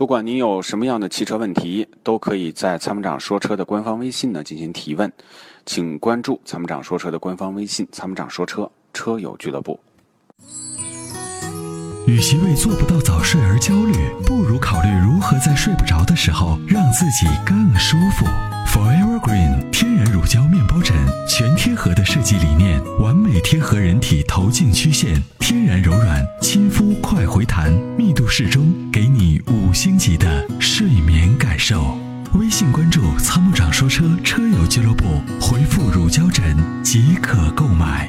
不管您有什么样的汽车问题，都可以在参谋长说车的官方微信进行提问，请关注参谋长说车的官方微信参谋长说车车友俱乐部。 与其为做不到早睡而焦虑，不如考虑如何在睡不着的时候让自己更舒服。 Forever Green 天然乳胶面包枕，全贴合的设计理念，完美贴合人体头颈曲线，天然柔软，亲肤快回弹，密度适中，给你5星级的睡眠感受。微信关注参谋长说车车友俱乐部，回复乳胶枕即可购买。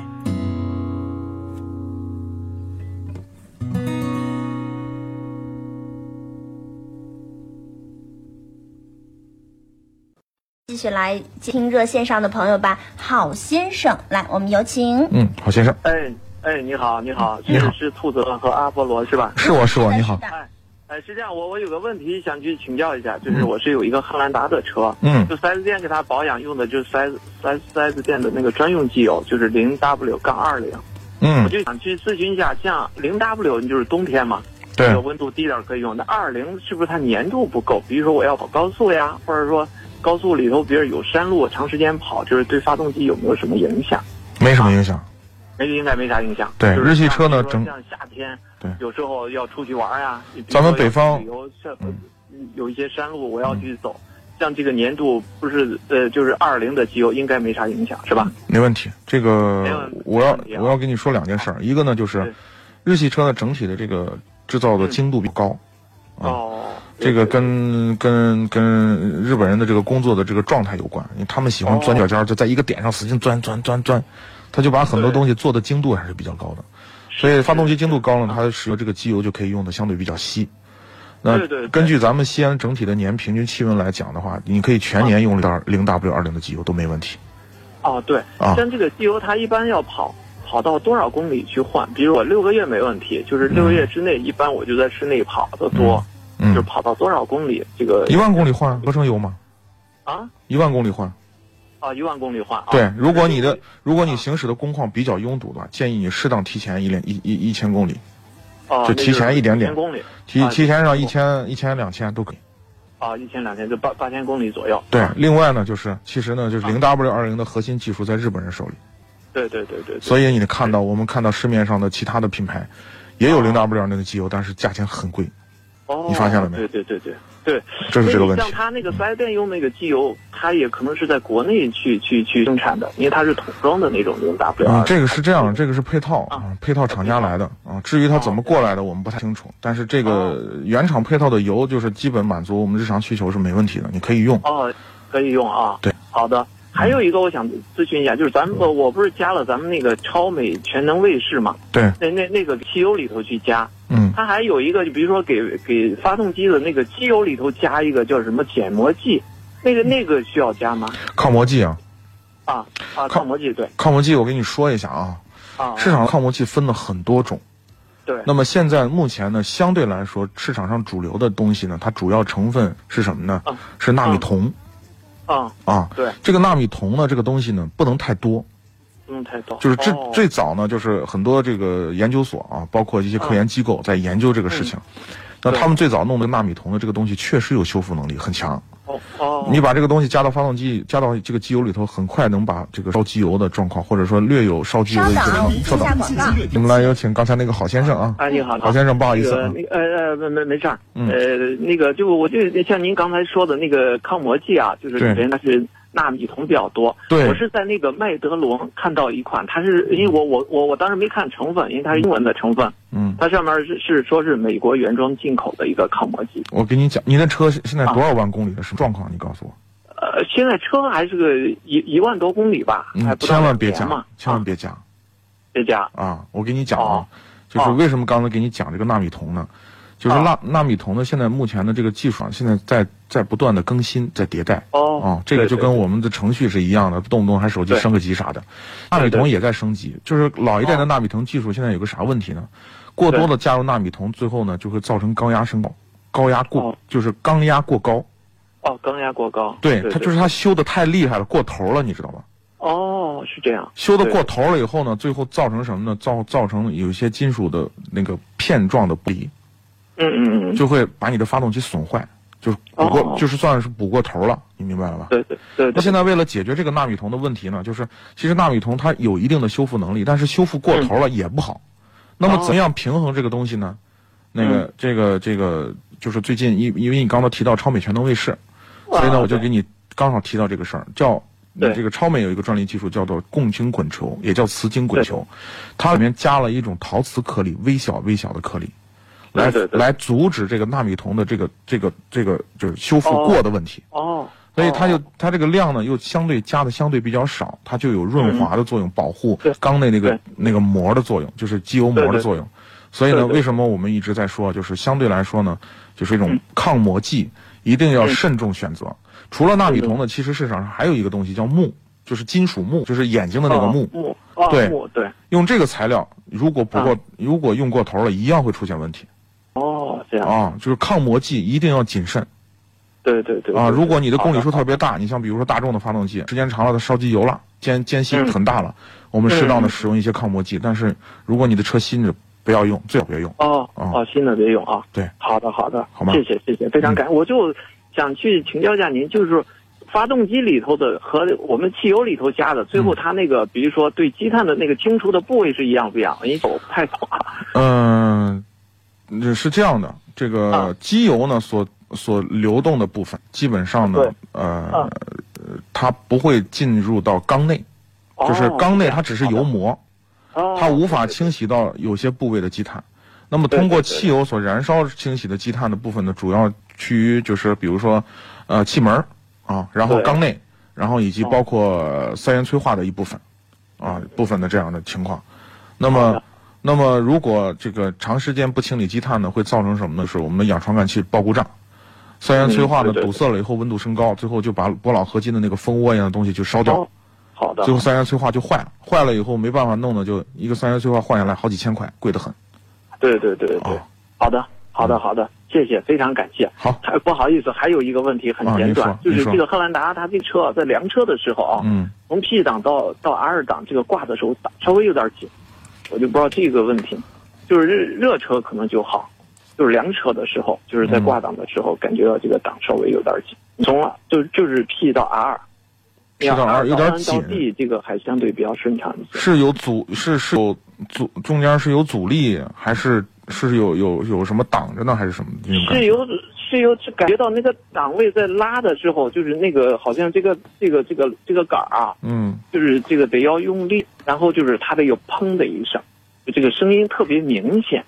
继续来听热线上的朋友吧，郝先生，来，我们有请。 郝先生。 你好，你好，是兔子和阿波罗是吧？ 是我，你好。 是这样，我有个问题想去请教一下，就是我是有一个汉兰达的车，就 4S 店给他保养用的就是 4S 店的那个专用机油，就是 0W-20，我就想去咨询一下，像 0W 就是冬天嘛， 对， 这个温度低点可以用，那20是不是它粘度不够？比如说我要跑高速呀，或者说高速里头比如有山路长时间跑，就是对发动机有没有什么影响？ 没什么影响， 应该没啥影响。 对，日系车呢， 像夏天，对，有时候要出去玩呀， 咱们北方旅游，有一些山路我要去走，像这个粘度不是就是20的机油应该没啥影响是吧？ 没问题，这个我要跟你说2件事，一个呢就是日系车的整体的这个制造的精度比较高，这个跟日本人的这个工作的这个状态有关，因为他们喜欢钻脚尖，就在一个点上使劲钻，他就把很多东西做的精度还是比较高的，所以发动机精度高了，它使用这个机油就可以用的相对比较稀。那根据咱们西安整体的年平均气温来讲的话，你可以全年用0W-20的机油都没问题。 对，像这个机油它一般要跑到多少公里去换？比如我6个月没问题，就是6个月之内，一般我就在室内跑得多。就是跑到多少公里？这个 1万公里换合成油吗？1万公里换。 1万公里换。 对，如果你行驶的工况比较拥堵的话，建议你适当提前1000公里。就提前一点点。 公里。 提前上1000、2000都可以。 1000、2000就8000公里左右。 对，另外呢，其实呢，就是 0W-20的核心技术在日本人手里。对。所以我们看到市面上的其他的品牌，也有 0W-20的机油，但是价钱很贵。你发现了没？ 对， 这是这个问题。 像他那个4S店用那个机油，它也可能是在国内去生产的，因为它是桶装的那种 0W-20。 这个是这样，这个是配套配套厂家来的至于它怎么过来的，我们不太清楚。但是这个原厂配套的油就是基本满足我们日常需求是没问题的，你可以用。 可以用啊。对，好的。还有一个我想咨询一下，就是我不是加了咱们那个超美全能卫士嘛？ 对。 那个汽油里头去加。它还有一个，就比如说给发动机的那个机油里头加一个叫什么减磨剂，那个需要加吗？ 抗磨剂抗磨剂。对， 抗磨剂我跟你说一下市场抗磨剂分了很多种。 对。 那么现在目前呢，相对来说市场上主流的东西呢，它主要成分是什么呢？是纳米酮。 对。 这个纳米酮呢，这个东西呢不能太多。就是最早呢，就是很多这个研究所包括一些科研机构在研究这个事情。那他们最早弄的纳米酮的这个东西确实有修复能力很强。你把这个东西加到发动机，加到这个机油里头，很快能把这个烧机油的状况，或者说略有烧机油的一个状况。稍等，我们来有请刚才那个郝先生你好， 郝先生，不好意思没事儿。我就像您刚才说的那个抗磨剂就是里面它是纳米酮比较多。 对， 我是在那个麦德龙看到一款，它是因为我当时没看成分，因为它是英文的成分。它上面是说是美国原装进口的一个抗磨剂。 我跟你讲，您的车现在多少万公里的什么状况？你告诉我。 现在车还是个1万多公里吧，还不到2年嘛。 千万别加，千万别加。 别加我跟你讲就是为什么刚才给你讲这个纳米酮呢？就是纳米酮呢，现在目前的这个技术现在在不断的更新，在迭代。这个就跟我们的程序是一样的，动不动还手机升个级啥的。纳米酮也在升级，就是老一代的纳米酮技术现在有个啥问题呢？过多的加入纳米酮，最后呢就会造成高压升高压就是缸压过高。 缸压过高。 对，它修的太厉害了，过头了，你知道吧？ 是这样。 修的过头了以后呢，最后造成什么呢？造成有一些金属的那个片状的不离。 就会把你的发动机损坏，就是就是算是补过头了，你明白了吧？ 对。 那现在为了解决这个纳米铜的问题呢，就是其实纳米铜它有一定的修复能力，但是修复过头了也不好。那么怎么样平衡这个东西呢？那个这个就是最近因为你刚才提到超美全能卫士，所以呢我就给你刚好提到这个事儿，叫这个超美有一个专利技术叫做共晶滚球，也叫磁晶滚球，它里面加了一种陶瓷颗粒，微小的颗粒，来阻止这个纳米铜的这个就是修复过的问题。所以它这个量呢又加的相对比较少，它就有润滑的作用，保护缸内那个膜的作用，就是机油膜的作用。所以呢，为什么我们一直在说，就是相对来说呢，就是一种抗磨剂，一定要慎重选择。除了纳米铜呢，其实市场上还有一个东西叫钼，就是金属钼，就是眼睛的那个钼。对，用这个材料，如果用过头了，一样会出现问题。 这样就是抗磨剂一定要谨慎。 对。 如果你的公里数特别大，你像比如说大众的发动机，时间长了它烧机油了，间隙很大了，我们适当的使用一些抗磨剂。但是如果你的车新的，不要用，最好别用。 新的别用啊。 对， 好的， 好吗？ 谢谢，非常感谢。我就想去请教一下您，就是发动机里头的和我们汽油里头加的，最后它那个，比如说对积碳的那个清除的部位是一样不一样？因为我不太懂是这样的，这个机油呢所流动的部分，基本上呢，它不会进入到缸内，就是缸内它只是油膜。它无法清洗到有些部位的积碳，那么通过汽油所燃烧清洗的积碳的部分呢，主要趋于就是比如说，气门然后缸内，然后以及包括三元催化的一部分，部分的这样的情况。那么如果这个长时间不清理积碳呢，会造成什么呢？是我们的氧传感器爆故障，三元催化呢堵塞了以后，温度升高，最后就把铂铰合金的那个蜂窝一样的东西就烧掉。 好的， 最后三元催化就坏了以后没办法弄的，就一个三元催化换下来好几千块，贵得很。 对。好的，谢谢，非常感谢。 好， 不好意思，还有一个问题很简短，就是这个汉兰达它这车在凉车的时候从 P 档到 R 档这个挂的时候稍微有点紧，我就不知道这个问题，就是热车可能就好，就是凉车的时候，就是在挂档的时候感觉到这个档稍微有点紧，就是 P 到 R。 P 到 R 有点紧， 到 D 这个还相对比较顺畅一些。 是有中间是有阻力，还是有什么挡着呢，还是什么？ 是有感觉到那个档位在拉的时候，就是那个好像这个杆啊，就是这个得要用力，然后就是它得有砰的一声，就这个声音特别明显，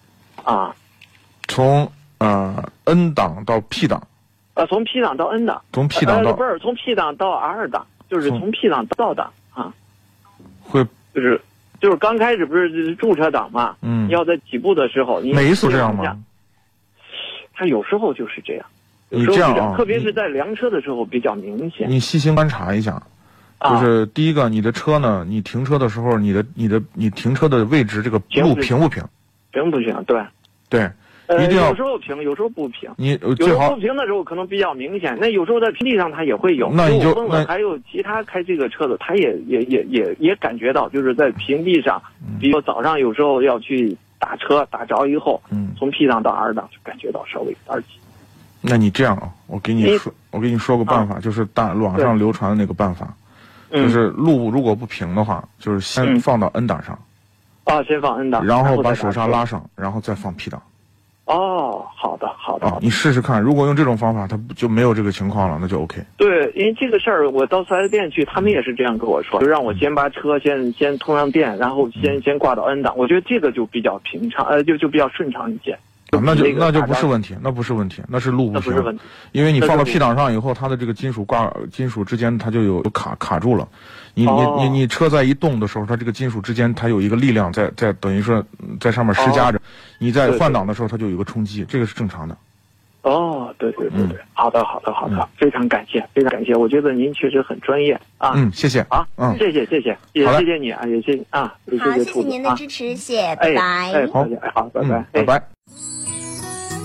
从N 档到 P 档。 从 P 档到 N 档， 从 P 档到不是从 P 档到 R 档，就是从 P 档到档会就是刚开始不是驻车档嘛，要在起步的时候， 每一次这样吗？ 它有时候就是这样， 你这样特别是在凉车的时候比较明显。 你细心观察一下，就是第一个，你的车呢，你停车的时候，你停车的位置这个路平不平？ 平不平？对。 一定要有时候平，有时候不平。 你有时候不平的时候可能比较明显，那有时候在平地上它也会有。 那你就问问还有其他开这个车的，他也感觉到，就是在平地上，比如早上有时候要去打车，打着以后，从 P 档到 R 档就感觉到稍微有点紧。 那你这样我给你说个办法，就是网上流传的那个办法，就是路如果不平的话，就是先放到 N 档上。 先放 N 档， 然后把手刹拉上，然后再放 P 档。 好的。 你试试看，如果用这种方法，它就没有这个情况了，那就 OK。 对，因为这个事儿，我到4S店去，他们也是这样跟我说，就让我先把车先通上电，然后先挂到 N 档。我觉得这个就比较平常，就比较顺畅一些。 那就不是问题，那不是问题，那是路不行。因为你放到 P 档上以后，它的这个金属之间它就有卡住了。你车在一动的时候，它这个金属之间它有一个力量在等于说在上面施加着，你在换挡的时候它就有一个冲击，这个是正常的。 对，好的，非常感谢，我觉得您确实很专业啊。 谢谢啊， 谢谢，也谢谢你啊，也谢谢啊，也谢谢您的支持，谢谢，拜拜。 好，拜拜。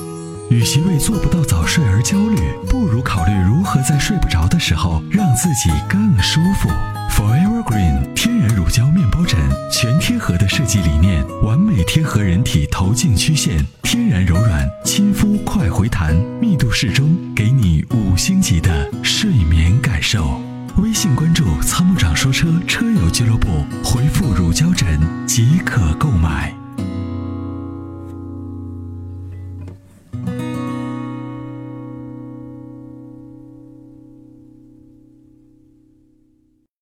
与其为做不到早睡而焦虑，不如考虑如何在睡不着的时候让自己更舒服。Forever Green 天然乳胶面包枕，全贴合的设计理念，完美贴合人体头颈曲线，天然柔软，亲肤快回弹，密度适中，给你5星级的睡眠感受。微信关注参谋长说车车友俱乐部，回复乳胶枕即可购买。